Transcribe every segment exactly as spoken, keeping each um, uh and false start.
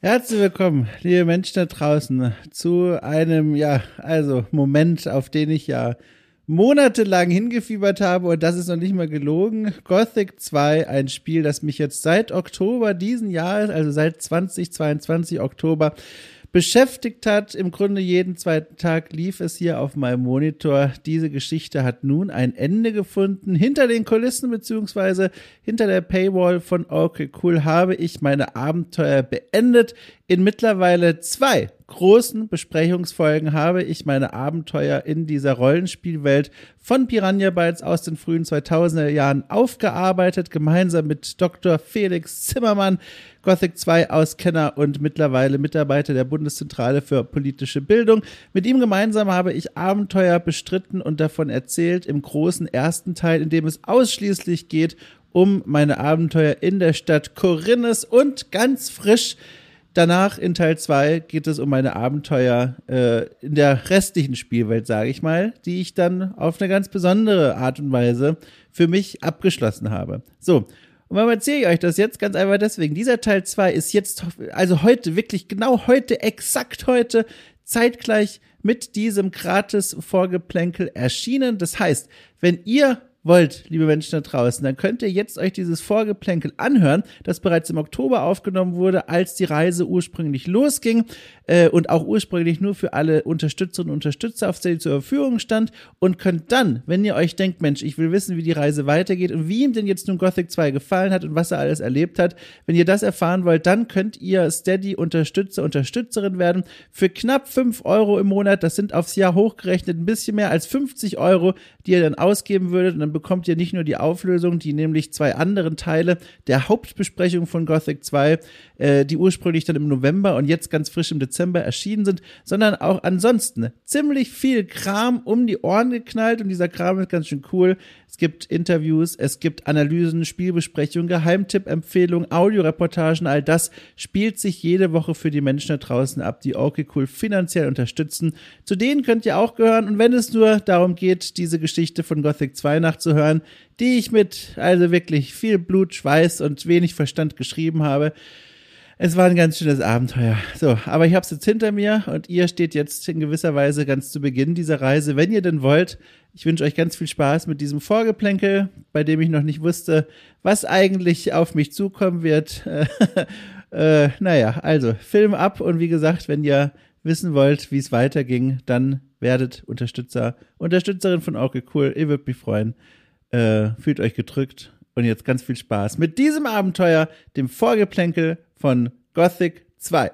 Herzlich willkommen, liebe Menschen da draußen, zu einem, ja, also Moment, auf den ich ja monatelang hingefiebert habe, und das ist noch nicht mal gelogen. Gothic zwei, ein Spiel, das mich jetzt seit Oktober diesen Jahres, also seit zweitausendzweiundzwanzig Oktober, beschäftigt hat. Im Grunde jeden zweiten Tag lief es hier auf meinem Monitor. Diese Geschichte hat nun ein Ende gefunden. Hinter den Kulissen beziehungsweise hinter der Paywall von Okay Cool habe ich meine Abenteuer beendet. In mittlerweile zwei großen Besprechungsfolgen habe ich meine Abenteuer in dieser Rollenspielwelt von Piranha Bytes aus den frühen zweitausender Jahren aufgearbeitet, gemeinsam mit Doktor Felix Zimmermann, Gothic zwei Auskenner und mittlerweile Mitarbeiter der Bundeszentrale für politische Bildung. Mit ihm gemeinsam habe ich Abenteuer bestritten und davon erzählt im großen ersten Teil, in dem es ausschließlich geht um meine Abenteuer in der Stadt Korinnes, und ganz frisch danach in Teil zwei geht es um meine Abenteuer äh, in der restlichen Spielwelt, sage ich mal, die ich dann auf eine ganz besondere Art und Weise für mich abgeschlossen habe. So, und warum erzähle ich euch das jetzt? Ganz einfach deswegen. Dieser Teil zwei ist jetzt, also heute, wirklich genau heute, exakt heute, zeitgleich mit diesem Gratis-Vorgeplänkel erschienen. Das heißt, wenn ihr wollt, liebe Menschen da draußen, dann könnt ihr jetzt euch dieses Vorgeplänkel anhören, das bereits im Oktober aufgenommen wurde, als die Reise ursprünglich losging äh, und auch ursprünglich nur für alle Unterstützerinnen und Unterstützer auf Steady zur Verfügung stand, und könnt dann, wenn ihr euch denkt, Mensch, ich will wissen, wie die Reise weitergeht und wie ihm denn jetzt nun Gothic zwei gefallen hat und was er alles erlebt hat, wenn ihr das erfahren wollt, dann könnt ihr Steady-Unterstützer, Unterstützerin werden für knapp fünf Euro im Monat. Das sind aufs Jahr hochgerechnet ein bisschen mehr als fünfzig Euro, die ihr dann ausgeben würdet, und dann bekommt ihr nicht nur die Auflösung, die nämlich zwei anderen Teile der Hauptbesprechung von Gothic zwei, äh, die ursprünglich dann im November und jetzt ganz frisch im Dezember erschienen sind, sondern auch ansonsten ziemlich viel Kram um die Ohren geknallt, und dieser Kram ist ganz schön cool. Es gibt Interviews, es gibt Analysen, Spielbesprechungen, Geheimtipp-Empfehlungen, Audioreportagen, all das spielt sich jede Woche für die Menschen da draußen ab, die Okay Cool finanziell unterstützen. Zu denen könnt ihr auch gehören, und wenn es nur darum geht, diese Geschichte von Gothic zwei nachzuhören, die ich mit also wirklich viel Blut, Schweiß und wenig Verstand geschrieben habe. Es war ein ganz schönes Abenteuer. So, aber ich habe es jetzt hinter mir, und ihr steht jetzt in gewisser Weise ganz zu Beginn dieser Reise. Wenn ihr denn wollt, ich wünsche euch ganz viel Spaß mit diesem Vorgeplänkel, bei dem ich noch nicht wusste, was eigentlich auf mich zukommen wird. äh, naja, also Film ab, und wie gesagt, wenn ihr wissen wollt, wie es weiterging, dann werdet Unterstützer, Unterstützerin von Okay Cool. Ihr würdet mich freuen. Äh, fühlt euch gedrückt, und jetzt ganz viel Spaß mit diesem Abenteuer, dem Vorgeplänkel von Gothic zwei.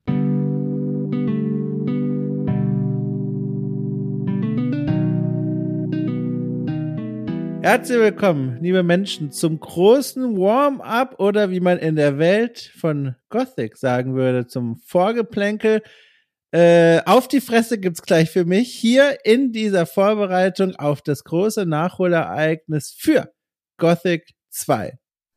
Herzlich willkommen, liebe Menschen, zum großen Warm-up, oder wie man in der Welt von Gothic sagen würde, zum Vorgeplänkel. Äh, auf die Fresse gibt's gleich für mich hier in dieser Vorbereitung auf das große Nachholereignis für Gothic zwei.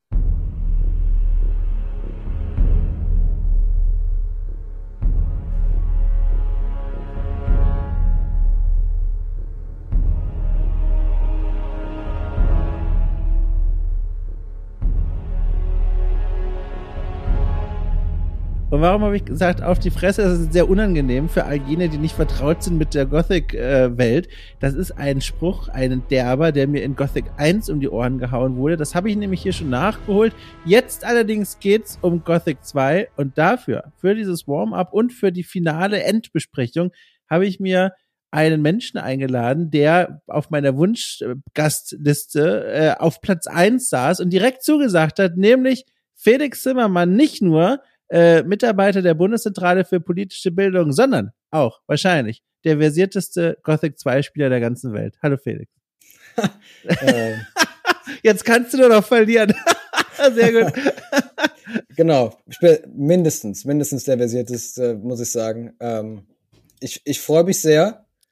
Und warum habe ich gesagt, auf die Fresse? Das ist sehr unangenehm für all jene, die nicht vertraut sind mit der Gothic-Welt. Das ist ein Spruch, ein derber, der mir in Gothic eins um die Ohren gehauen wurde. Das habe ich nämlich hier schon nachgeholt. Jetzt allerdings geht's um Gothic zwei, und dafür, für dieses Warm-up und für die finale Endbesprechung, habe ich mir einen Menschen eingeladen, der auf meiner Wunschgastliste äh, auf Platz eins saß und direkt zugesagt hat, nämlich Felix Zimmermann, nicht nur Äh, Mitarbeiter der Bundeszentrale für politische Bildung, sondern auch wahrscheinlich der versierteste Gothic zwei Spieler der ganzen Welt. Hallo Felix. äh. Jetzt kannst du nur noch verlieren. Sehr gut. Genau, ich bin mindestens, mindestens der versierteste, muss ich sagen. Ähm, ich ich freue mich sehr.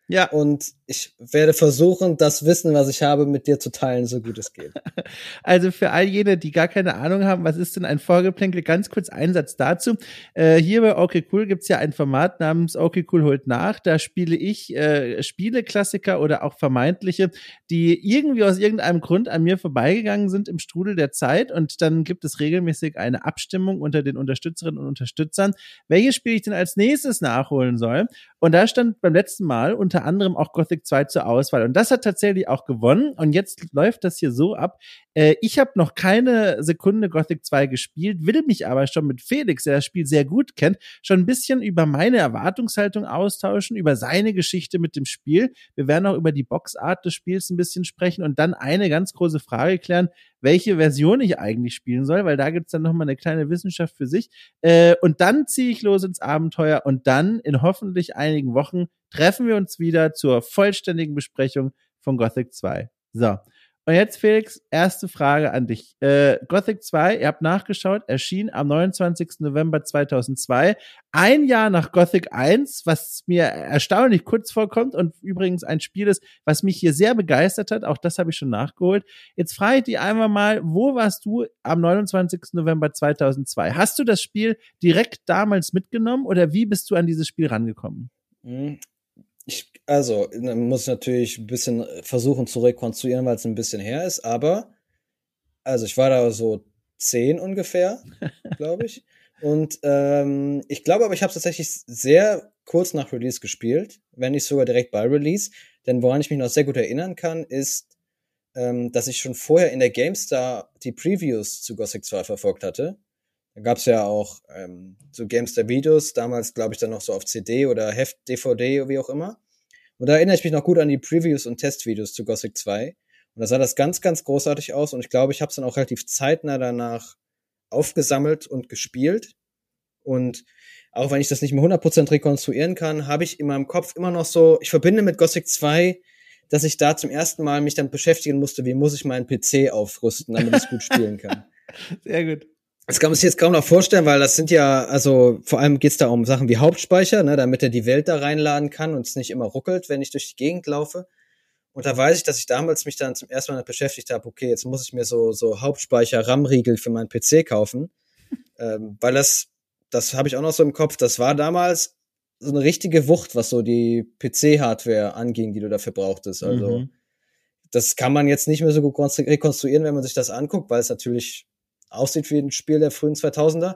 Ja. Und ich werde versuchen, das Wissen, was ich habe, mit dir zu teilen, so gut es geht. Also für all jene, die gar keine Ahnung haben, was ist denn ein Vorgeplänkel? Ganz kurz ein Satz dazu. Äh, hier bei Okay Cool gibt's ja ein Format namens Okay Cool holt nach. Da spiele ich äh, Spieleklassiker oder auch vermeintliche, die irgendwie aus irgendeinem Grund an mir vorbeigegangen sind im Strudel der Zeit. Und dann gibt es regelmäßig eine Abstimmung unter den Unterstützerinnen und Unterstützern, welches Spiel ich denn als nächstes nachholen soll. Und da stand beim letzten Mal unter anderem auch Gothic zwei zur Auswahl. Und das hat tatsächlich auch gewonnen. Und jetzt läuft das hier so ab. Äh, ich habe noch keine Sekunde Gothic zwei gespielt, will mich aber schon mit Felix, der das Spiel sehr gut kennt, schon ein bisschen über meine Erwartungshaltung austauschen, über seine Geschichte mit dem Spiel. Wir werden auch über die Boxart des Spiels ein bisschen sprechen und dann eine ganz große Frage klären, welche Version ich eigentlich spielen soll, weil da gibt's dann nochmal eine kleine Wissenschaft für sich. Äh, und dann ziehe ich los ins Abenteuer und dann in hoffentlich einigen Wochen treffen wir uns wieder zur vollständigen Besprechung von Gothic zwei. So. Und jetzt, Felix, erste Frage an dich. Äh, Gothic zwei, ihr habt nachgeschaut, erschien am neunundzwanzigsten November zweitausendzwei. Ein Jahr nach Gothic eins, was mir erstaunlich kurz vorkommt und übrigens ein Spiel ist, was mich hier sehr begeistert hat. Auch das habe ich schon nachgeholt. Jetzt frage ich dich einmal mal, wo warst du am neunundzwanzigsten November zweitausendzwei? Hast du das Spiel direkt damals mitgenommen oder wie bist du an dieses Spiel rangekommen? Ich, also, man muss natürlich ein bisschen versuchen zu rekonstruieren, weil es ein bisschen her ist, aber, also ich war da so zehn ungefähr, glaube ich. Und ähm, ich glaube aber, ich habe es tatsächlich sehr kurz nach Release gespielt, wenn nicht sogar direkt bei Release. Denn woran ich mich noch sehr gut erinnern kann, ist, ähm, dass ich schon vorher in der GameStar die Previews zu Gothic zwei verfolgt hatte. Da gab's ja auch ähm, so GameStar-Videos, damals glaube ich dann noch so auf C D oder Heft, D V D, wie auch immer. Und da erinnere ich mich noch gut an die Previews und Testvideos zu Gothic zwei. Und da sah das ganz, ganz großartig aus. Und ich glaube, ich habe es dann auch relativ zeitnah danach aufgesammelt und gespielt. Und auch wenn ich das nicht mehr hundert Prozent rekonstruieren kann, habe ich in meinem Kopf immer noch so, ich verbinde mit Gothic zwei, dass ich da zum ersten Mal mich dann beschäftigen musste, wie muss ich meinen P C aufrüsten, damit ich gut spielen kann. Sehr gut. Das kann man sich jetzt kaum noch vorstellen, weil das sind ja, also vor allem geht's da um Sachen wie Hauptspeicher, ne, damit er die Welt da reinladen kann und es nicht immer ruckelt, wenn ich durch die Gegend laufe. Und da weiß ich, dass ich damals mich dann zum ersten Mal damit beschäftigt habe, okay, jetzt muss ich mir so so Hauptspeicher-RAM-Riegel für meinen P C kaufen, ähm, weil das, das habe ich auch noch so im Kopf, das war damals so eine richtige Wucht, was so die P C-Hardware anging, die du dafür brauchtest. Also mhm. Das kann man jetzt nicht mehr so gut rekonstruieren, wenn man sich das anguckt, weil es natürlich aussieht wie ein Spiel der frühen zweitausender.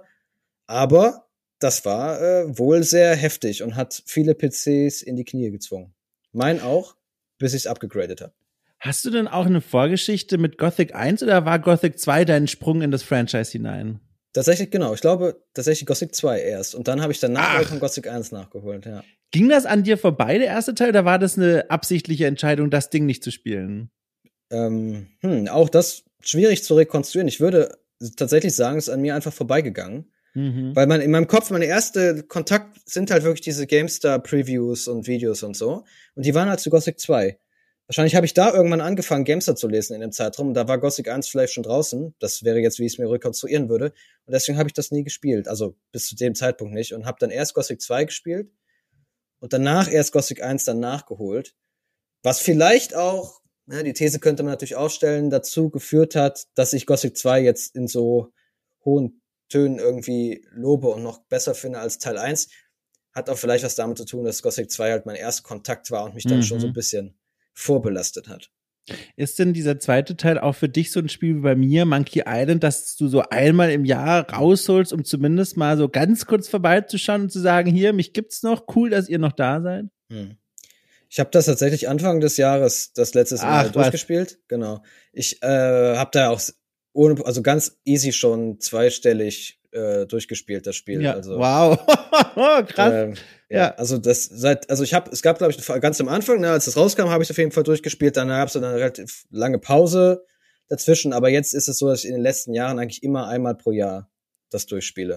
Aber das war äh, wohl sehr heftig und hat viele P Cs in die Knie gezwungen. Mein auch, bis ich es abgegradet habe. Hast du denn auch eine Vorgeschichte mit Gothic eins oder war Gothic zwei dein Sprung in das Franchise hinein? Tatsächlich, genau. Ich glaube, tatsächlich Gothic zwei erst. Und dann habe ich danach auch von Gothic eins nachgeholt, ja. Ging das an dir vorbei, der erste Teil, oder war das eine absichtliche Entscheidung, das Ding nicht zu spielen? Ähm, hm, auch das schwierig zu rekonstruieren. Ich würde tatsächlich sagen, es ist an mir einfach vorbeigegangen. Mhm. Weil man in meinem Kopf, meine erste Kontakt sind halt wirklich diese GameStar-Previews und Videos und so. Und die waren halt zu Gothic zwei. Wahrscheinlich habe ich da irgendwann angefangen, GameStar zu lesen in dem Zeitraum. Da war Gothic eins vielleicht schon draußen. Das wäre jetzt, wie ich es mir rekonstruieren würde. Und deswegen habe ich das nie gespielt. Also bis zu dem Zeitpunkt nicht. Und habe dann erst Gothic zwei gespielt. Und danach erst Gothic eins dann nachgeholt. Was vielleicht auch, ja, die These könnte man natürlich aufstellen, dazu geführt hat, dass ich Gothic zwei jetzt in so hohen Tönen irgendwie lobe und noch besser finde als Teil eins. Hat auch vielleicht was damit zu tun, dass Gothic zwei halt mein erster Kontakt war und mich dann mhm. schon so ein bisschen vorbelastet hat. Ist denn dieser zweite Teil auch für dich so ein Spiel wie bei mir, Monkey Island, dass du so einmal im Jahr rausholst, um zumindest mal so ganz kurz vorbeizuschauen und zu sagen, hier, mich gibt's noch, cool, dass ihr noch da seid? Hm. Ich habe das tatsächlich Anfang des Jahres das letztes Mal Ach, durchgespielt. Was? Genau. Ich äh, habe da auch ohne, also ganz easy schon zweistellig äh, durchgespielt, das Spiel. Ja, also, wow, krass. Ähm, ja, ja, also das seit, also ich habe, es gab glaube ich ganz am Anfang, ne, als es rauskam, habe ich auf jeden Fall durchgespielt. Dann gab es eine relativ lange Pause dazwischen. Aber jetzt ist es so, dass ich in den letzten Jahren eigentlich immer einmal pro Jahr das durchspiele.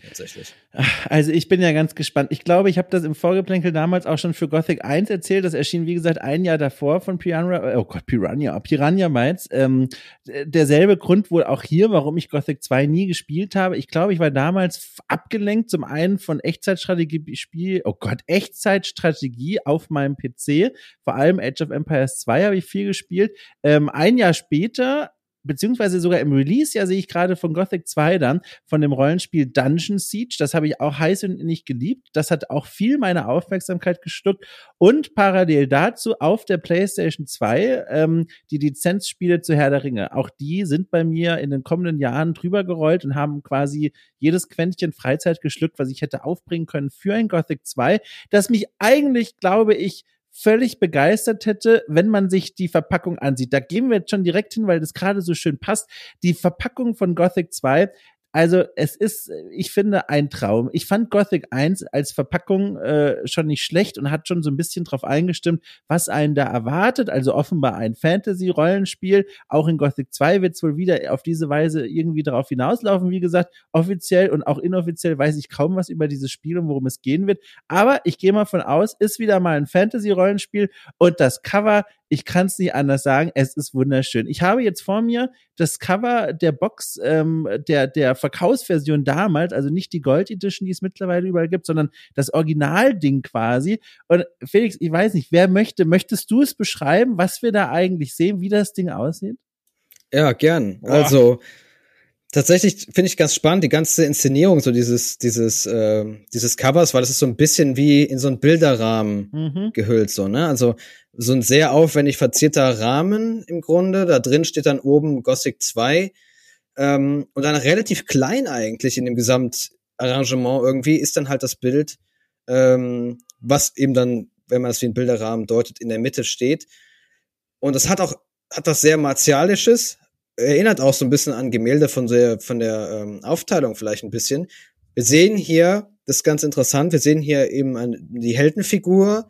tatsächlich. Also ich bin ja ganz gespannt. Ich glaube, ich habe das im Vorgeplänkel damals auch schon für Gothic eins erzählt. Das erschien, wie gesagt, ein Jahr davor von Piranha, oh Gott, Piranha, Piranha Bytes. Ähm, derselbe Grund wohl auch hier, warum ich Gothic zwei nie gespielt habe. Ich glaube, ich war damals abgelenkt, zum einen von Echtzeitstrategie-Spiel, oh Gott, Echtzeitstrategie auf meinem P C. Vor allem Age of Empires zwei habe ich viel gespielt. Ähm, ein Jahr später, beziehungsweise sogar im Release, ja, sehe ich gerade von Gothic zwei dann, von dem Rollenspiel Dungeon Siege. Das habe ich auch heiß und nicht geliebt. Das hat auch viel meine Aufmerksamkeit geschluckt. Und parallel dazu auf der PlayStation zwei ähm, die Lizenzspiele zu Herr der Ringe. Auch die sind bei mir in den kommenden Jahren drüber gerollt und haben quasi jedes Quäntchen Freizeit geschluckt, was ich hätte aufbringen können für ein Gothic zwei, das mich eigentlich, glaube ich, völlig begeistert hätte, wenn man sich die Verpackung ansieht. Da gehen wir jetzt schon direkt hin, weil das gerade so schön passt. Die Verpackung von Gothic zwei, also es ist, ich finde, ein Traum. Ich fand Gothic eins als Verpackung äh, schon nicht schlecht und hat schon so ein bisschen drauf eingestimmt, was einen da erwartet. Also offenbar ein Fantasy-Rollenspiel. Auch in Gothic zwei wird es wohl wieder auf diese Weise irgendwie darauf hinauslaufen. Wie gesagt, offiziell und auch inoffiziell weiß ich kaum was über dieses Spiel und worum es gehen wird. Aber ich gehe mal von aus, ist wieder mal ein Fantasy-Rollenspiel und das Cover, ich kann es nicht anders sagen, es ist wunderschön. Ich habe jetzt vor mir das Cover der Box, ähm, der der Verkaufsversion damals, also nicht die Gold Edition, die es mittlerweile überall gibt, sondern das Originalding quasi. Und Felix, ich weiß nicht, wer möchte, möchtest du es beschreiben, was wir da eigentlich sehen, wie das Ding aussieht? Ja, gern. Boah. Also tatsächlich finde ich ganz spannend, die ganze Inszenierung, so dieses, dieses, äh, dieses Covers, weil das ist so ein bisschen wie in so einen Bilderrahmen mhm. gehüllt, so, ne? Also so ein sehr aufwendig verzierter Rahmen im Grunde. Da drin steht dann oben Gothic zwei. Ähm, und dann relativ klein eigentlich in dem Gesamtarrangement irgendwie ist dann halt das Bild, ähm, was eben dann, wenn man es wie ein Bilderrahmen deutet, in der Mitte steht. Und das hat auch, hat was sehr Martialisches, erinnert auch so ein bisschen an Gemälde von der, von der ähm, Aufteilung vielleicht ein bisschen. Wir sehen hier, das ist ganz interessant, wir sehen hier eben ein, die Heldenfigur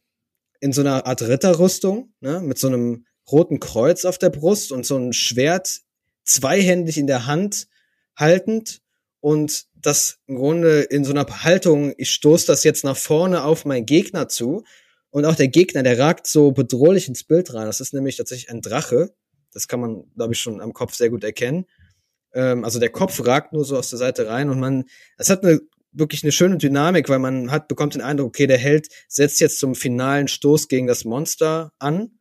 in so einer Art Ritterrüstung, ne, mit so einem roten Kreuz auf der Brust und so ein Schwert zweihändig in der Hand haltend und das im Grunde in so einer Haltung, ich stoße das jetzt nach vorne auf meinen Gegner zu und auch der Gegner, der ragt so bedrohlich ins Bild rein. Das ist nämlich tatsächlich ein Drache. Das kann man, glaube ich, schon am Kopf sehr gut erkennen. Ähm, also der Kopf ragt nur so aus der Seite rein und man, es hat eine wirklich eine schöne Dynamik, weil man hat bekommt den Eindruck, okay, der Held setzt jetzt zum finalen Stoß gegen das Monster an.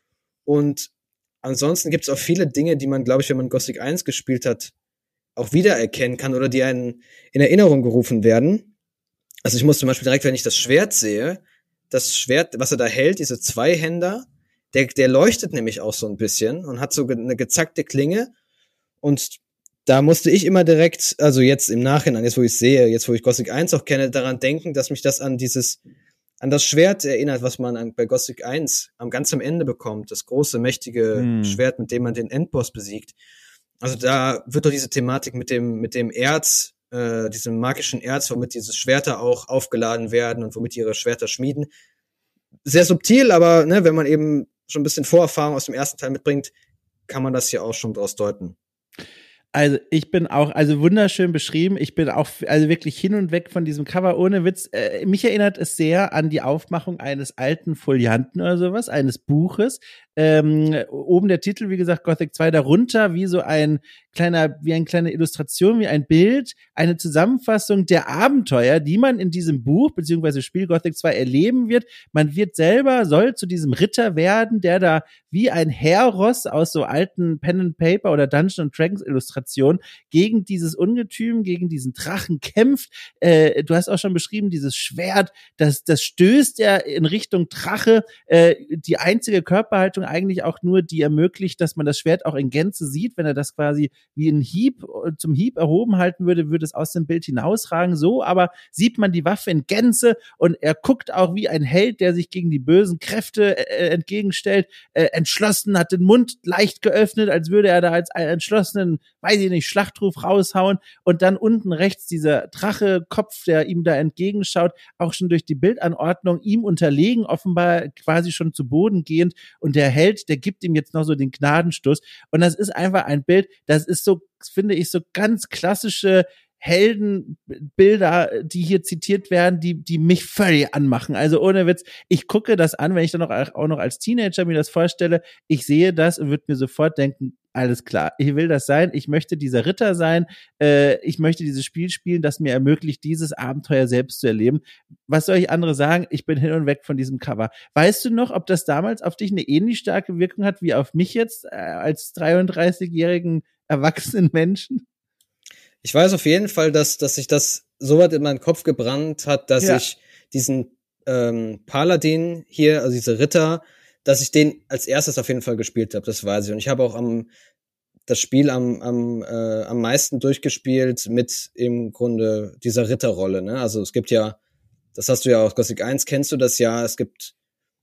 Und ansonsten gibt es auch viele Dinge, die man, glaube ich, wenn man Gothic eins gespielt hat, auch wiedererkennen kann oder die einen in Erinnerung gerufen werden. Also ich muss zum Beispiel direkt, wenn ich das Schwert sehe, das Schwert, was er da hält, diese Zweihänder, der, der leuchtet nämlich auch so ein bisschen und hat so eine gezackte Klinge. Und da musste ich immer direkt, also jetzt im Nachhinein, jetzt wo ich sehe, jetzt wo ich Gothic eins auch kenne, daran denken, dass mich das an dieses, an das Schwert erinnert, was man an, bei Gothic eins am ganz am Ende bekommt. Das große, mächtige hm. Schwert, mit dem man den Endboss besiegt. Also da wird doch diese Thematik mit dem, mit dem Erz, äh, diesem magischen Erz, womit diese Schwerter auch aufgeladen werden und womit die ihre Schwerter schmieden. Sehr subtil, aber ne, wenn man eben schon ein bisschen Vorerfahrung aus dem ersten Teil mitbringt, kann man das hier auch schon draus deuten. Also ich bin auch, also wunderschön beschrieben, ich bin auch also wirklich hin und weg von diesem Cover, ohne Witz. Äh, mich erinnert es sehr an die Aufmachung eines alten Folianten oder sowas, eines Buches. Ähm, oben der Titel, wie gesagt, Gothic zwei, darunter wie so ein kleiner, wie eine kleine Illustration, wie ein Bild, eine Zusammenfassung der Abenteuer, die man in diesem Buch beziehungsweise Spiel Gothic zwei erleben wird. Man wird selber, soll zu diesem Ritter werden, der da wie ein Heros aus so alten Pen and Paper oder Dungeons and Dragons Illustrationen gegen dieses Ungetüm, gegen diesen Drachen kämpft. Äh, du hast auch schon beschrieben, dieses Schwert, das, das stößt er in Richtung Drache. Äh, die einzige Körperhaltung eigentlich auch nur, die ermöglicht, dass man das Schwert auch in Gänze sieht. Wenn er das quasi wie ein Hieb zum Hieb erhoben halten würde, würde es aus dem Bild hinausragen. So aber sieht man die Waffe in Gänze und er guckt auch wie ein Held, der sich gegen die bösen Kräfte äh, entgegenstellt, äh, entschlossen, hat den Mund leicht geöffnet, als würde er da als einen entschlossenen, weiß ich nicht, Schlachtruf raushauen und dann unten rechts dieser Drache-Kopf, der ihm da entgegenschaut, auch schon durch die Bildanordnung ihm unterlegen, offenbar quasi schon zu Boden gehend und der Held, der gibt ihm jetzt noch so den Gnadenstoß und das ist einfach ein Bild, das ist so, finde ich, so ganz klassische Heldenbilder, die hier zitiert werden, die die mich völlig anmachen. Also ohne Witz, ich gucke das an, wenn ich dann auch, auch noch als Teenager mir das vorstelle, ich sehe das und würde mir sofort denken, alles klar, ich will das sein, ich möchte dieser Ritter sein, äh, ich möchte dieses Spiel spielen, das mir ermöglicht, dieses Abenteuer selbst zu erleben. Was soll ich andere sagen? Ich bin hin und weg von diesem Cover. Weißt du noch, ob das damals auf dich eine ähnlich starke Wirkung hat, wie auf mich jetzt äh, als dreiunddreißigjährigen erwachsenen Menschen? Ich weiß auf jeden Fall, dass, dass sich das so weit in meinen Kopf gebrannt hat, dass Ja. ich diesen ähm, Paladin hier, also diese Ritter, dass ich den als erstes auf jeden Fall gespielt habe, das weiß ich. Und ich habe auch am das Spiel am am äh, am meisten durchgespielt mit im Grunde dieser Ritterrolle. Ne? Also es gibt ja, das hast du ja aus Gothic eins, kennst du das ja, es gibt,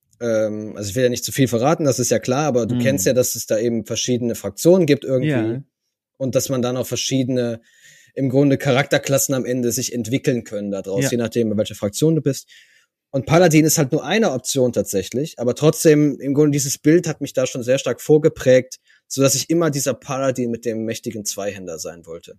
ähm, also ich will ja nicht zu viel verraten, das ist ja klar, aber du Hm. kennst ja, dass es da eben verschiedene Fraktionen gibt irgendwie. Ja. Und dass man dann auch verschiedene, im Grunde Charakterklassen am Ende sich entwickeln können daraus, Ja. je nachdem, bei welcher Fraktion du bist. Und Paladin ist halt nur eine Option tatsächlich, aber trotzdem, im Grunde dieses Bild hat mich da schon sehr stark vorgeprägt, so dass ich immer dieser Paladin mit dem mächtigen Zweihänder sein wollte.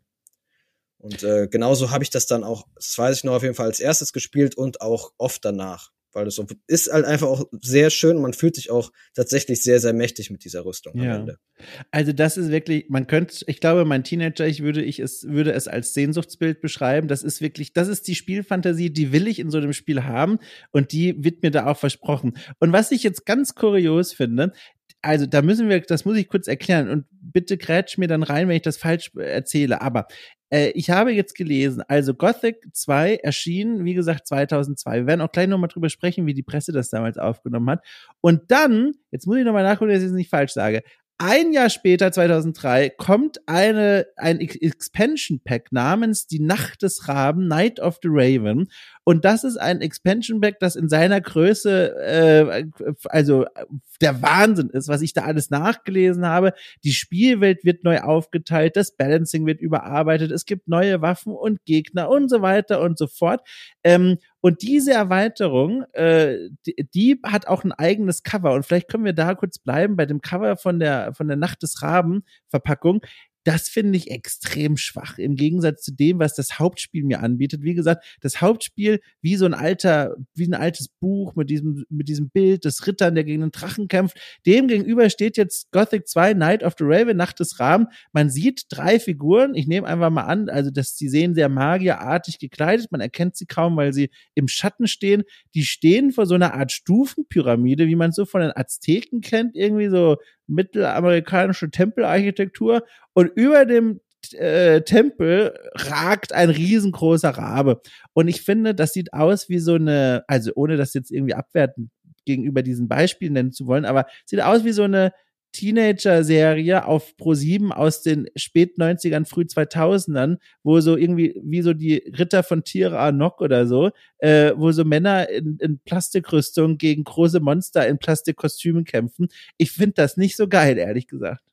Und äh, genauso habe ich das dann auch, das weiß ich noch, auf jeden Fall als erstes gespielt und auch oft danach. Weil das so ist halt einfach auch sehr schön und man fühlt sich auch tatsächlich sehr, sehr mächtig mit dieser Rüstung Ja. am Ende. Also das ist wirklich, man könnte, ich glaube, mein Teenager, ich würde ich es würde es als Sehnsuchtsbild beschreiben. Das ist wirklich, das ist die Spielfantasie, die will ich in so einem Spiel haben und die wird mir da auch versprochen. Und was ich jetzt ganz kurios finde, also da müssen wir, das muss ich kurz erklären und bitte grätsch mir dann rein, wenn ich das falsch erzähle. Aber äh, ich habe jetzt gelesen, also Gothic zwei erschien, wie gesagt, zweitausendzwei. Wir werden auch gleich nochmal drüber sprechen, wie die Presse das damals aufgenommen hat. Und dann, jetzt muss ich nochmal nachgucken, dass ich es nicht falsch sage, ein Jahr später, zweitausenddrei, kommt eine, ein Expansion Pack namens Die Nacht des Raben, Night of the Raven. Und das ist ein Expansion Pack, das in seiner Größe, äh, also der Wahnsinn ist, was ich da alles nachgelesen habe. Die Spielwelt wird neu aufgeteilt, das Balancing wird überarbeitet, es gibt neue Waffen und Gegner und so weiter und so fort. Ähm, und diese Erweiterung, äh, die, die hat auch ein eigenes Cover. Und vielleicht können wir da kurz bleiben bei dem Cover von der, von der Nacht des Raben Verpackung. Das finde ich extrem schwach im Gegensatz zu dem, was das Hauptspiel mir anbietet. Wie gesagt, das Hauptspiel wie so ein alter, wie ein altes Buch mit diesem, mit diesem Bild des Rittern, der gegen den Drachen kämpft. Dem gegenüber steht jetzt Gothic zwei, Night of the Raven, Nacht des Raben. Man sieht drei Figuren. Ich nehme einfach mal an, also dass sie sehen sehr magierartig gekleidet. Man erkennt sie kaum, weil sie im Schatten stehen. Die stehen vor so einer Art Stufenpyramide, wie man es so von den Azteken kennt, irgendwie so mittelamerikanische Tempelarchitektur. Und über dem äh, Tempel ragt ein riesengroßer Rabe. Und ich finde, das sieht aus wie so eine, also ohne das jetzt irgendwie abwertend gegenüber diesen Beispielen nennen zu wollen, aber sieht aus wie so eine Teenager-Serie auf Pro sieben aus den Spät-neunzigern, Früh-zweitausendern, wo so irgendwie, wie so die Ritter von Tir Anok oder so, äh, wo so Männer in, in Plastikrüstung gegen große Monster in Plastikkostümen kämpfen. Ich finde das nicht so geil, ehrlich gesagt.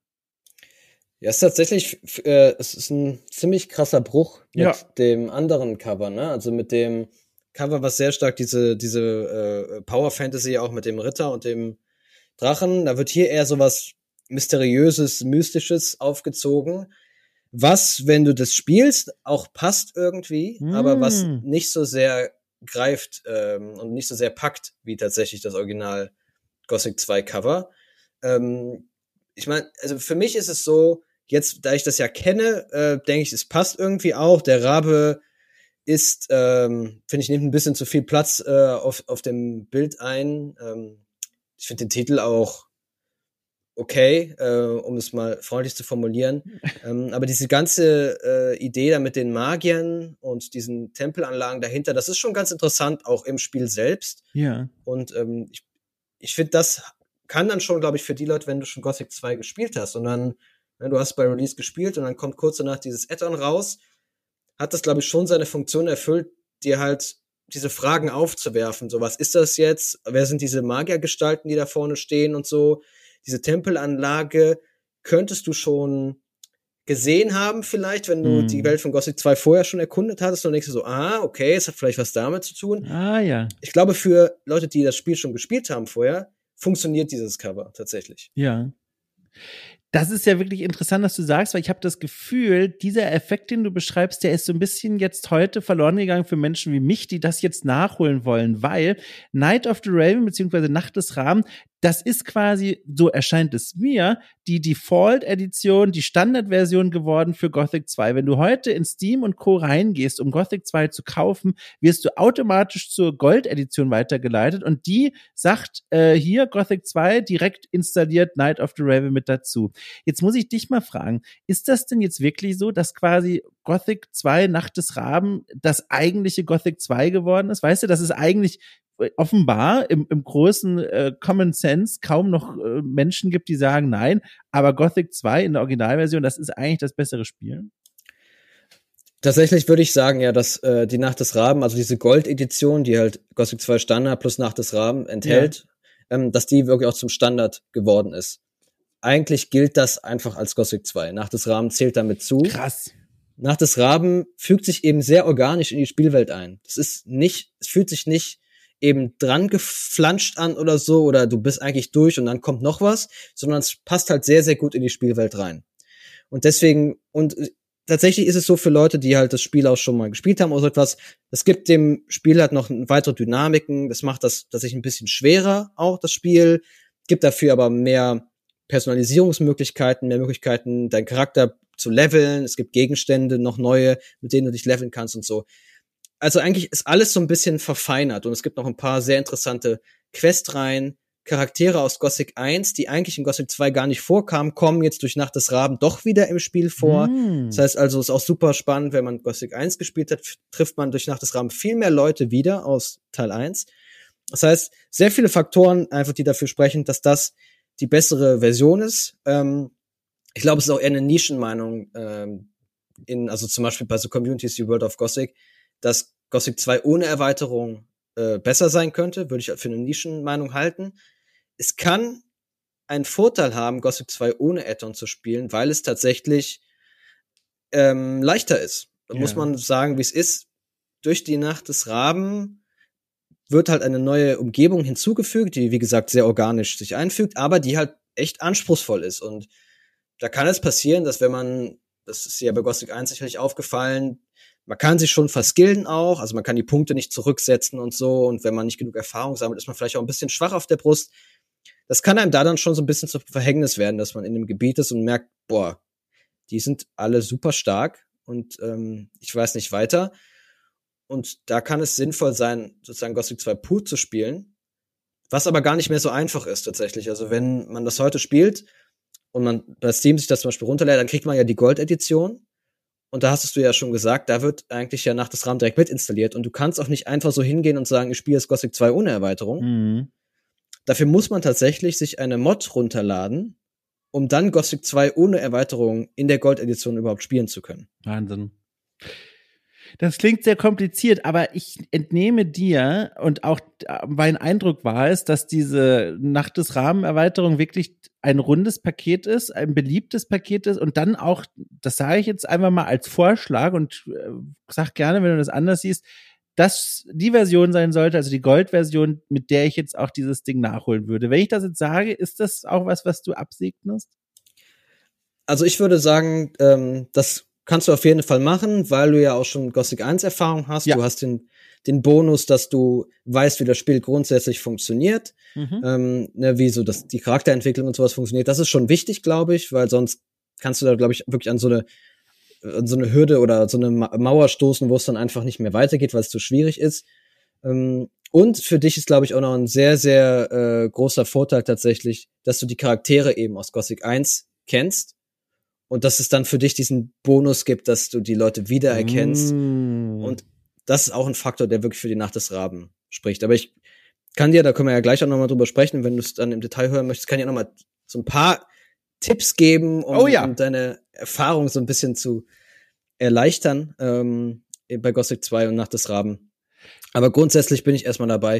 Ja, es ist tatsächlich, äh, es ist ein ziemlich krasser Bruch mit Ja. dem anderen Cover, ne? Also mit dem Cover, was sehr stark diese, diese äh, Power Fantasy auch mit dem Ritter und dem Drachen, da wird hier eher sowas Mysteriöses, Mystisches aufgezogen, was, wenn du das spielst, auch passt irgendwie, Mm. aber was nicht so sehr greift ähm, und nicht so sehr packt, wie tatsächlich das Original Gothic zwei Cover. Ähm, ich meine, also für mich ist es so, jetzt, da ich das ja kenne, äh, denke ich, es passt irgendwie auch. Der Rabe ist, ähm, finde ich, nimmt ein bisschen zu viel Platz äh, auf, auf dem Bild ein. Ähm, ich finde den Titel auch okay, äh, um es mal freundlich zu formulieren. ähm, aber diese ganze äh, Idee da mit den Magiern und diesen Tempelanlagen dahinter, das ist schon ganz interessant, auch im Spiel selbst. Ja. Und ähm, ich, ich finde, das kann dann schon, glaube ich, für die Leute, wenn du schon Gothic zwei gespielt hast und dann, ne, du hast bei Release gespielt und dann kommt kurz danach dieses Add-on raus, hat das, glaube ich, schon seine Funktion erfüllt, dir halt diese Fragen aufzuwerfen. So, was ist das jetzt? Wer sind diese Magiergestalten, die da vorne stehen und so? Diese Tempelanlage könntest du schon gesehen haben vielleicht, wenn du Mm. die Welt von Gothic zwei vorher schon erkundet hattest und denkst du so, ah, okay, es hat vielleicht was damit zu tun. Ah, ja. Ich glaube, für Leute, die das Spiel schon gespielt haben vorher, funktioniert dieses Cover tatsächlich. Ja. Das ist ja wirklich interessant, was du sagst, weil ich habe das Gefühl, dieser Effekt, den du beschreibst, der ist so ein bisschen jetzt heute verloren gegangen für Menschen wie mich, die das jetzt nachholen wollen, weil Night of the Raven beziehungsweise Nacht des Raben, das ist quasi, so erscheint es mir, die Default-Edition, die Standardversion geworden für Gothic zwei. Wenn du heute in Steam und Co. reingehst, um Gothic zwei zu kaufen, wirst du automatisch zur Gold-Edition weitergeleitet und die sagt, äh, hier Gothic zwei direkt installiert Night of the Raven mit dazu. Jetzt muss ich dich mal fragen, ist das denn jetzt wirklich so, dass quasi Gothic zwei Nacht des Raben das eigentliche Gothic zwei geworden ist? Weißt du, dass es eigentlich offenbar im, im großen äh, Common Sense kaum noch äh, Menschen gibt, die sagen nein, aber Gothic zwei in der Originalversion, das ist eigentlich das bessere Spiel? Tatsächlich würde ich sagen, ja, dass äh, die Nacht des Raben, also diese Gold-Edition, die halt Gothic zwei Standard plus Nacht des Raben enthält, ja. ähm, dass die wirklich auch zum Standard geworden ist. Eigentlich gilt das einfach als Gothic zwei. Nacht des Raben zählt damit zu. Krass. Nacht des Raben fügt sich eben sehr organisch in die Spielwelt ein. Das ist nicht, es fühlt sich nicht eben dran geflanscht an oder so, oder du bist eigentlich durch und dann kommt noch was, sondern es passt halt sehr, sehr gut in die Spielwelt rein. Und deswegen, und tatsächlich ist es so für Leute, die halt das Spiel auch schon mal gespielt haben oder so etwas, es gibt dem Spiel halt noch weitere Dynamiken, das macht das tatsächlich ein bisschen schwerer, auch das Spiel, gibt dafür aber mehr Personalisierungsmöglichkeiten, mehr Möglichkeiten, deinen Charakter zu leveln, es gibt Gegenstände, noch neue, mit denen du dich leveln kannst und so. Also eigentlich ist alles so ein bisschen verfeinert und es gibt noch ein paar sehr interessante Questreihen, Charaktere aus Gothic eins, die eigentlich in Gothic zwei gar nicht vorkamen, kommen jetzt durch Nacht des Raben doch wieder im Spiel vor. Mm. Das heißt also, es ist auch super spannend, wenn man Gothic eins gespielt hat, trifft man durch Nacht des Raben viel mehr Leute wieder aus Teil eins. Das heißt, sehr viele Faktoren einfach, die dafür sprechen, dass das die bessere Version ist. Ähm, ich glaube, es ist auch eher eine Nischenmeinung, ähm, in, also zum Beispiel bei so Communities wie World of Gothic, dass Gothic zwei ohne Erweiterung äh, besser sein könnte, würde ich für eine Nischenmeinung halten. Es kann einen Vorteil haben, Gothic zwei ohne Add-on zu spielen, weil es tatsächlich ähm, leichter ist. Da ja. muss man sagen, wie es ist. Durch die Nacht des Raben wird halt eine neue Umgebung hinzugefügt, die, wie gesagt, sehr organisch sich einfügt, aber die halt echt anspruchsvoll ist. Und da kann es passieren, dass wenn man, das ist ja bei Gothic eins sicherlich aufgefallen, man kann sich schon verskillen auch, also man kann die Punkte nicht zurücksetzen und so, und wenn man nicht genug Erfahrung sammelt, ist man vielleicht auch ein bisschen schwach auf der Brust. Das kann einem da dann schon so ein bisschen zum Verhängnis werden, dass man in einem Gebiet ist und merkt, boah, die sind alle super stark und ähm, ich weiß nicht weiter. Und da kann es sinnvoll sein, sozusagen Gothic zwei pur zu spielen, was aber gar nicht mehr so einfach ist tatsächlich. Also wenn man das heute spielt und man bei Steam sich das zum Beispiel runterlädt, dann kriegt man ja die Gold-Edition. Und da hast du ja schon gesagt, da wird eigentlich ja Nacht des Raben direkt mit installiert. Und du kannst auch nicht einfach so hingehen und sagen, ich spiele jetzt Gothic zwei ohne Erweiterung. Mhm. Dafür muss man tatsächlich sich eine Mod runterladen, um dann Gothic zwei ohne Erweiterung in der Gold-Edition überhaupt spielen zu können. Wahnsinn. Das klingt sehr kompliziert, aber ich entnehme dir, und auch mein Eindruck war es, dass diese Nacht des Raben-Erweiterung wirklich ein rundes Paket ist, ein beliebtes Paket ist und dann auch, das sage ich jetzt einfach mal als Vorschlag und äh, sag gerne, wenn du das anders siehst, dass die Version sein sollte, also die Gold-Version, mit der ich jetzt auch dieses Ding nachholen würde. Wenn ich das jetzt sage, ist das auch was, was du absegnest? Also ich würde sagen, ähm, das kannst du auf jeden Fall machen, weil du ja auch schon Gothic eins Erfahrung hast. Ja. Du hast den, den Bonus, dass du weißt, wie das Spiel grundsätzlich funktioniert, mhm. ähm, ne, wie so das, die Charakterentwicklung und sowas funktioniert. Das ist schon wichtig, glaube ich, weil sonst kannst du da, glaube ich, wirklich an so eine, an so eine Hürde oder so eine Mauer stoßen, wo es dann einfach nicht mehr weitergeht, weil es zu schwierig ist. Ähm, und für dich ist, glaube ich, auch noch ein sehr, sehr äh, großer Vorteil tatsächlich, dass du die Charaktere eben aus Gothic eins kennst. Und dass es dann für dich diesen Bonus gibt, dass du die Leute wiedererkennst. Mm. Und das ist auch ein Faktor, der wirklich für die Nacht des Raben spricht. Aber ich kann dir, da können wir ja gleich auch nochmal drüber sprechen, wenn du es dann im Detail hören möchtest, kann ich ja nochmal so ein paar Tipps geben, um, oh ja. um deine Erfahrung so ein bisschen zu erleichtern ähm, bei Gothic zwei und Nacht des Raben. Aber grundsätzlich bin ich erstmal dabei,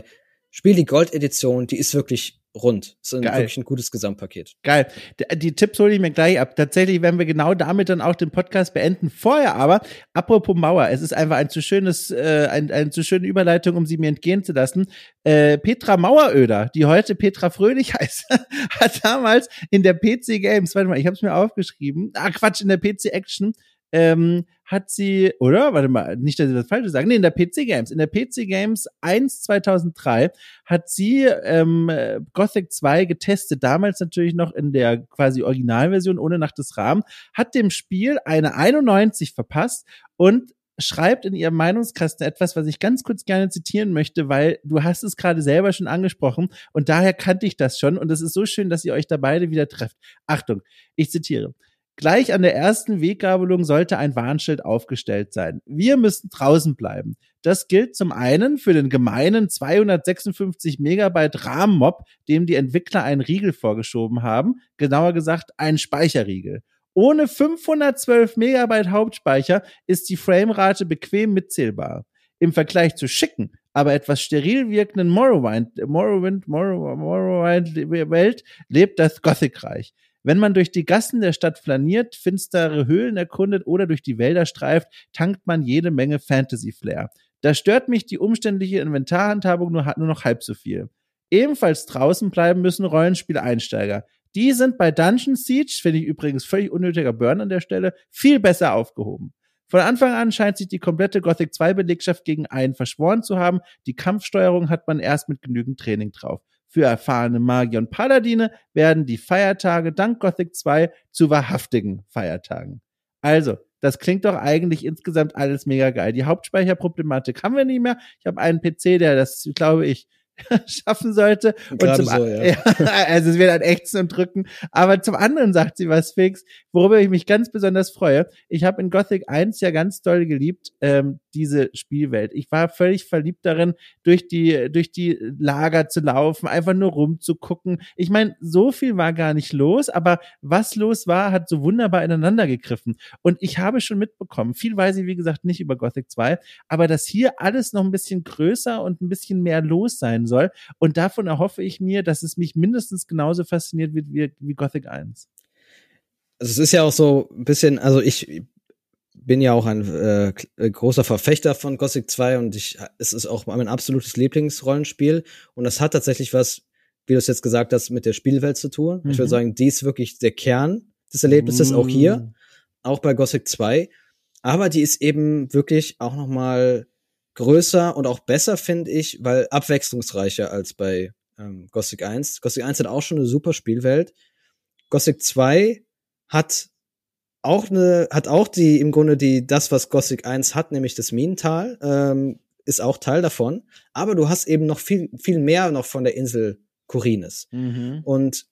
Spiel die Gold-Edition, die ist wirklich rund. Ist ein, Geil. wirklich ein gutes Gesamtpaket. Geil. Die, die Tipps hole ich mir gleich ab. Tatsächlich werden wir genau damit dann auch den Podcast beenden. Vorher aber, apropos Mauer, es ist einfach ein zu schönes, äh, ein, eine zu schöne Überleitung, um sie mir entgehen zu lassen. Äh, Petra Maueröder, die heute Petra Fröhlich heißt, hat damals in der P C Games, warte mal, ich habe es mir aufgeschrieben, ah Quatsch, in der P C Action, ähm, hat sie, oder? Warte mal, nicht, dass ich das Falsche sage. Nee, in der P C Games. In der P C Games eins zweitausenddrei hat sie ähm, Gothic zwei getestet, damals natürlich noch in der quasi Originalversion ohne Nacht des Rahmen, hat dem Spiel eine einundneunzig verpasst und schreibt in ihrem Meinungskasten etwas, was ich ganz kurz gerne zitieren möchte, weil du hast es gerade selber schon angesprochen und daher kannte ich das schon und es ist so schön, dass ihr euch da beide wieder trefft. Achtung, ich zitiere. Gleich an der ersten Weggabelung sollte ein Warnschild aufgestellt sein. Wir müssen draußen bleiben. Das gilt zum einen für den gemeinen zweihundertsechsundfünfzig Megabyte RAM-Mob, dem die Entwickler einen Riegel vorgeschoben haben, genauer gesagt einen Speicherriegel. Ohne fünfhundertzwölf Megabyte Hauptspeicher ist die Framerate bequem mitzählbar. Im Vergleich zu schicken, aber etwas steril wirkenden Morrowind, Morrowind, Morrowind, Morrowind Welt lebt das Gothic-Reich. Wenn man durch die Gassen der Stadt flaniert, finstere Höhlen erkundet oder durch die Wälder streift, tankt man jede Menge Fantasy-Flair. Da stört mich die umständliche Inventarhandhabung nur, nur noch halb so viel. Ebenfalls draußen bleiben müssen Rollenspieleinsteiger. Die sind bei Dungeon Siege, finde ich übrigens völlig unnötiger Burn an der Stelle, viel besser aufgehoben. Von Anfang an scheint sich die komplette Gothic zwei Belegschaft gegen einen verschworen zu haben. Die Kampfsteuerung hat man erst mit genügend Training drauf. Für erfahrene Magier und Paladine werden die Feiertage dank Gothic zwei zu wahrhaftigen Feiertagen. Also, das klingt doch eigentlich insgesamt alles mega geil. Die Hauptspeicherproblematik haben wir nicht mehr. Ich habe einen P C, der das, glaube ich, schaffen sollte. Und zum so, ja. ja, also es wird ein Ächzen und Drücken. Aber zum anderen sagt sie was fix, worüber ich mich ganz besonders freue. Ich habe in Gothic eins ja ganz doll geliebt, ähm, diese Spielwelt. Ich war völlig verliebt darin, durch die durch die Lager zu laufen, einfach nur rumzugucken. Ich meine, so viel war gar nicht los, aber was los war, hat so wunderbar ineinander gegriffen. Und ich habe schon mitbekommen, viel weiß ich, wie gesagt, nicht über Gothic zwei, aber dass hier alles noch ein bisschen größer und ein bisschen mehr los sein soll. Und davon erhoffe ich mir, dass es mich mindestens genauso fasziniert wird wie, wie Gothic eins. Also es ist ja auch so ein bisschen, also ich bin ja auch ein äh, großer Verfechter von Gothic zwei und ich, es ist auch mein absolutes Lieblingsrollenspiel und das hat tatsächlich was, wie du es jetzt gesagt hast, mit der Spielwelt zu tun. Mhm. Ich würde sagen, die ist wirklich der Kern des Erlebnisses, mhm. auch hier, auch bei Gothic zwei, aber die ist eben wirklich auch noch mal größer und auch besser, finde ich, weil abwechslungsreicher als bei ähm, Gothic eins. Gothic eins hat auch schon eine super Spielwelt. Gothic zwei hat auch eine, hat auch die, im Grunde die, das, was Gothic eins hat, nämlich das Minental, ähm, ist auch Teil davon. Aber du hast eben noch viel, viel mehr noch von der Insel Khorinis. Mhm. Und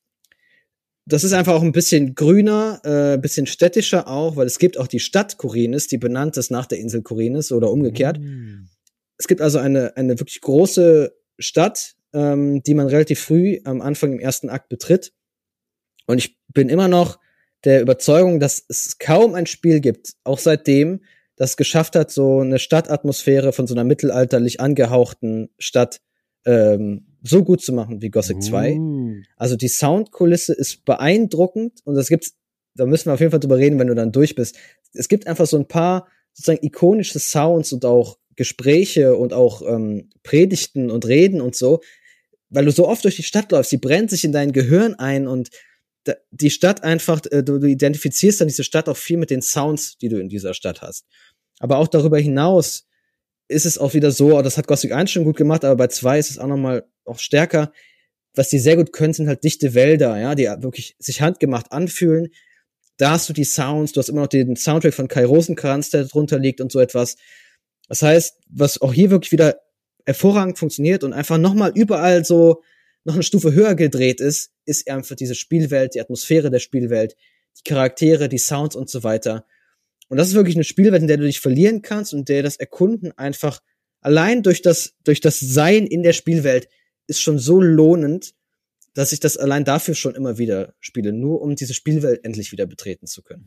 das ist einfach auch ein bisschen grüner, äh, bisschen städtischer auch, weil es gibt auch die Stadt Khorinis, die benannt ist nach der Insel Khorinis oder umgekehrt. Mhm. Es gibt also eine, eine wirklich große Stadt, ähm, die man relativ früh am Anfang im ersten Akt betritt. Und ich bin immer noch der Überzeugung, dass es kaum ein Spiel gibt, auch seitdem, das es geschafft hat, so eine Stadtatmosphäre von so einer mittelalterlich angehauchten Stadt ähm, so gut zu machen wie Gothic zwei. Uh. Also die Soundkulisse ist beeindruckend und das gibt's, da müssen wir auf jeden Fall drüber reden, wenn du dann durch bist. Es gibt einfach so ein paar sozusagen ikonische Sounds und auch Gespräche und auch ähm, Predigten und Reden und so, weil du so oft durch die Stadt läufst, die brennt sich in dein Gehirn ein und da, die Stadt einfach, äh, du, du identifizierst dann diese Stadt auch viel mit den Sounds, die du in dieser Stadt hast. Aber auch darüber hinaus ist es auch wieder so, das hat Gothic eins schon gut gemacht, aber bei zwei ist es auch nochmal auch stärker. Was die sehr gut können, sind halt dichte Wälder, ja, die wirklich sich handgemacht anfühlen. Da hast du die Sounds, du hast immer noch den Soundtrack von Kai Rosenkranz, der drunter liegt und so etwas. Das heißt, was auch hier wirklich wieder hervorragend funktioniert und einfach nochmal überall so noch eine Stufe höher gedreht ist, ist einfach diese Spielwelt, die Atmosphäre der Spielwelt, die Charaktere, die Sounds und so weiter. Und das ist wirklich eine Spielwelt, in der du dich verlieren kannst und der das Erkunden einfach allein durch das, durch das Sein in der Spielwelt ist schon so lohnend, dass ich das allein dafür schon immer wieder spiele, nur um diese Spielwelt endlich wieder betreten zu können.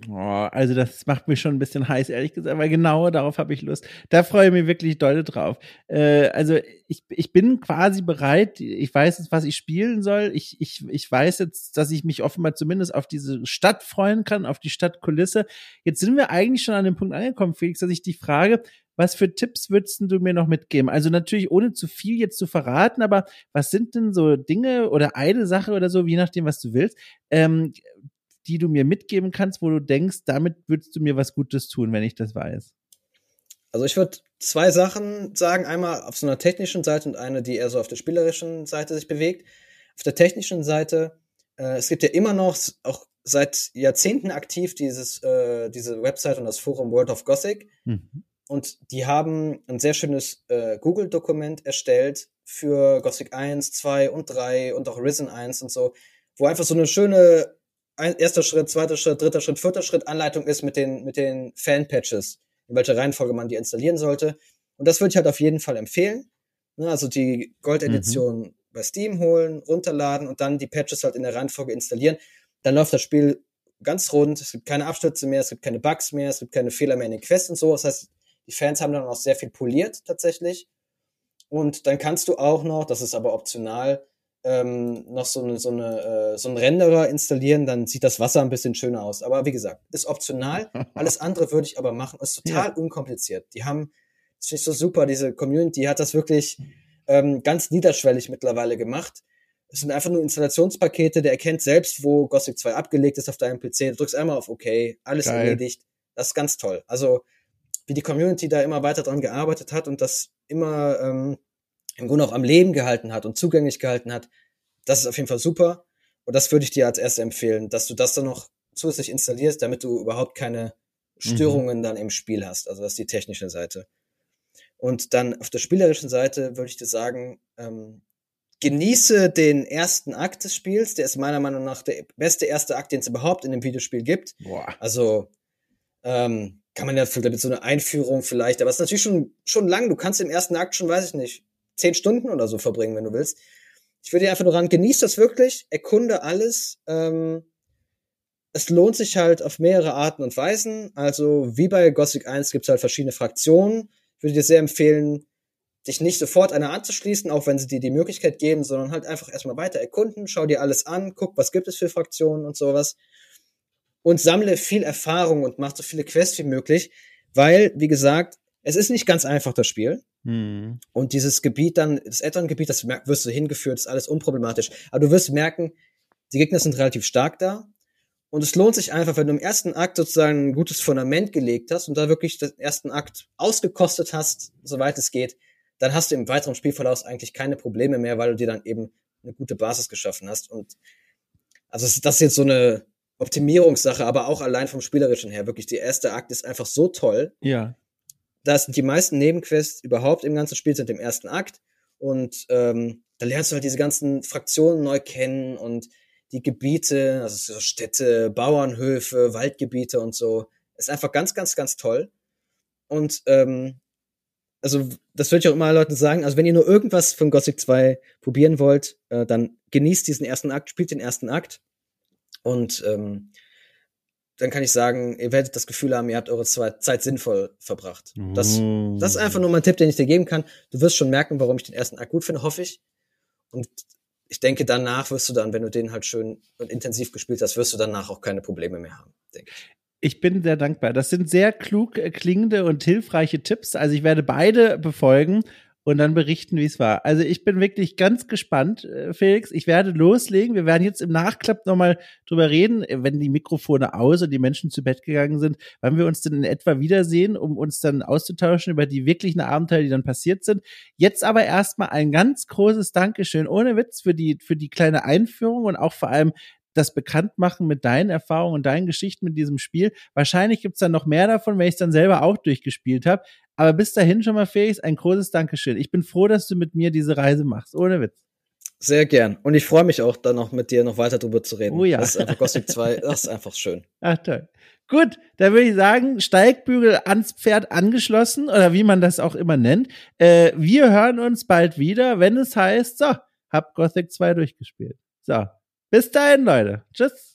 Oh, also das macht mich schon ein bisschen heiß, ehrlich gesagt, weil genau darauf habe ich Lust. Da freue ich mich wirklich doll drauf. Äh, also ich, ich bin quasi bereit, ich weiß jetzt, was ich spielen soll. Ich, ich, ich weiß jetzt, dass ich mich offenbar zumindest auf diese Stadt freuen kann, auf die Stadtkulisse. Jetzt sind wir eigentlich schon an dem Punkt angekommen, Felix, dass ich dich frage, was für Tipps würdest du mir noch mitgeben? Also natürlich ohne zu viel jetzt zu verraten, aber was sind denn so Dinge oder eine Sache oder so, je nachdem, was du willst, ähm, die du mir mitgeben kannst, wo du denkst, damit würdest du mir was Gutes tun, wenn ich das weiß? Also ich würde zwei Sachen sagen. Einmal auf so einer technischen Seite und eine, die eher so auf der spielerischen Seite sich bewegt. Auf der technischen Seite, äh, es gibt ja immer noch, auch seit Jahrzehnten aktiv, dieses, äh, diese Website und das Forum World of Gothic. Mhm. Und die haben ein sehr schönes äh, Google-Dokument erstellt für Gothic eins, zwei und drei und auch Risen eins und so, wo einfach so eine schöne ein, erster Schritt, zweiter Schritt, dritter Schritt, vierter Schritt Anleitung ist mit den, mit den Fan-Patches, in welcher Reihenfolge man die installieren sollte. Und das würde ich halt auf jeden Fall empfehlen. Also die Gold-Edition mhm. bei Steam holen, runterladen und dann die Patches halt in der Reihenfolge installieren. Dann läuft das Spiel ganz rund. Es gibt keine Abstürze mehr, es gibt keine Bugs mehr, es gibt keine Fehler mehr in den Quests und so. Das heißt, die Fans haben dann auch sehr viel poliert tatsächlich. Und dann kannst du auch noch, das ist aber optional, ähm, noch so eine, so eine, äh, so einen Renderer installieren, dann sieht das Wasser ein bisschen schöner aus. Aber wie gesagt, ist optional. Alles andere würde ich aber machen. Ist total ja. unkompliziert. Die haben, das finde ich so super, diese Community hat das wirklich ähm, ganz niederschwellig mittlerweile gemacht. Es sind einfach nur Installationspakete, der erkennt selbst, wo Gothic zwei abgelegt ist auf deinem P C. Du drückst einmal auf OK, alles Geil. erledigt. Das ist ganz toll. Also, wie die Community da immer weiter dran gearbeitet hat und das immer ähm, im Grunde auch am Leben gehalten hat und zugänglich gehalten hat, das ist auf jeden Fall super. Und das würde ich dir als erstes empfehlen, dass du das dann noch zusätzlich installierst, damit du überhaupt keine Störungen mhm. dann im Spiel hast. Also das ist die technische Seite. Und dann auf der spielerischen Seite würde ich dir sagen, ähm, genieße den ersten Akt des Spiels. Der ist meiner Meinung nach der beste erste Akt, den es überhaupt in dem Videospiel gibt. Boah. Also ähm, kann man ja mit so einer Einführung vielleicht, aber es ist natürlich schon, schon lang. Du kannst im ersten Akt schon, weiß ich nicht, zehn Stunden oder so verbringen, wenn du willst. Ich würde dir einfach nur ran, genieß das wirklich, erkunde alles. Ähm, es lohnt sich halt auf mehrere Arten und Weisen. Also wie bei Gothic eins gibt es halt verschiedene Fraktionen. Ich würde dir sehr empfehlen, dich nicht sofort einer anzuschließen, auch wenn sie dir die Möglichkeit geben, sondern halt einfach erstmal weiter erkunden, schau dir alles an, guck, was gibt es für Fraktionen und sowas. Und sammle viel Erfahrung und mach so viele Quests wie möglich, weil, wie gesagt, es ist nicht ganz einfach, das Spiel. Hm. Und dieses Gebiet dann, das Add-on-Gebiet, das wirst du hingeführt, ist alles unproblematisch. Aber du wirst merken, die Gegner sind relativ stark da. Und es lohnt sich einfach, wenn du im ersten Akt sozusagen ein gutes Fundament gelegt hast und da wirklich den ersten Akt ausgekostet hast, soweit es geht, dann hast du im weiteren Spielverlauf eigentlich keine Probleme mehr, weil du dir dann eben eine gute Basis geschaffen hast. Und also das ist jetzt so eine Optimierungssache, aber auch allein vom Spielerischen her. Wirklich, der erste Akt ist einfach so toll. Ja. Da sind die meisten Nebenquests überhaupt im ganzen Spiel sind im ersten Akt. Und ähm, da lernst du halt diese ganzen Fraktionen neu kennen und die Gebiete, also so Städte, Bauernhöfe, Waldgebiete und so. Ist einfach ganz, ganz, ganz toll. Und ähm, also das würde ich auch immer Leuten sagen, also wenn ihr nur irgendwas von Gothic zwei probieren wollt, äh, dann genießt diesen ersten Akt, spielt den ersten Akt. Und ähm, dann kann ich sagen, ihr werdet das Gefühl haben, ihr habt eure Zeit sinnvoll verbracht. Das, das ist einfach nur mein Tipp, den ich dir geben kann. Du wirst schon merken, warum ich den ersten Akt gut finde, hoffe ich. Und ich denke, danach wirst du dann, wenn du den halt schön und intensiv gespielt hast, wirst du danach auch keine Probleme mehr haben, denke ich. Ich bin sehr dankbar. Das sind sehr klug klingende und hilfreiche Tipps. Also ich werde beide befolgen und dann berichten, wie es war. Also ich bin wirklich ganz gespannt, Felix. Ich werde loslegen. Wir werden jetzt im Nachklapp nochmal drüber reden, wenn die Mikrofone aus und die Menschen zu Bett gegangen sind, wann wir uns denn in etwa wiedersehen, um uns dann auszutauschen über die wirklichen Abenteuer, die dann passiert sind. Jetzt aber erstmal ein ganz großes Dankeschön, ohne Witz, für die, für die kleine Einführung und auch vor allem das Bekanntmachen mit deinen Erfahrungen und deinen Geschichten mit diesem Spiel. Wahrscheinlich gibt's dann noch mehr davon, wenn ich es dann selber auch durchgespielt habe. Aber bis dahin schon mal, Felix, ein großes Dankeschön. Ich bin froh, dass du mit mir diese Reise machst. Ohne Witz. Sehr gern. Und ich freue mich auch, dann noch mit dir noch weiter drüber zu reden. Oh ja. Das ist einfach Gothic zwei, das ist einfach schön. Ach toll. Gut, dann würde ich sagen, Steigbügel ans Pferd angeschlossen oder wie man das auch immer nennt. Äh, wir hören uns bald wieder, wenn es heißt, so, hab Gothic zwei durchgespielt. So, bis dahin, Leute. Tschüss.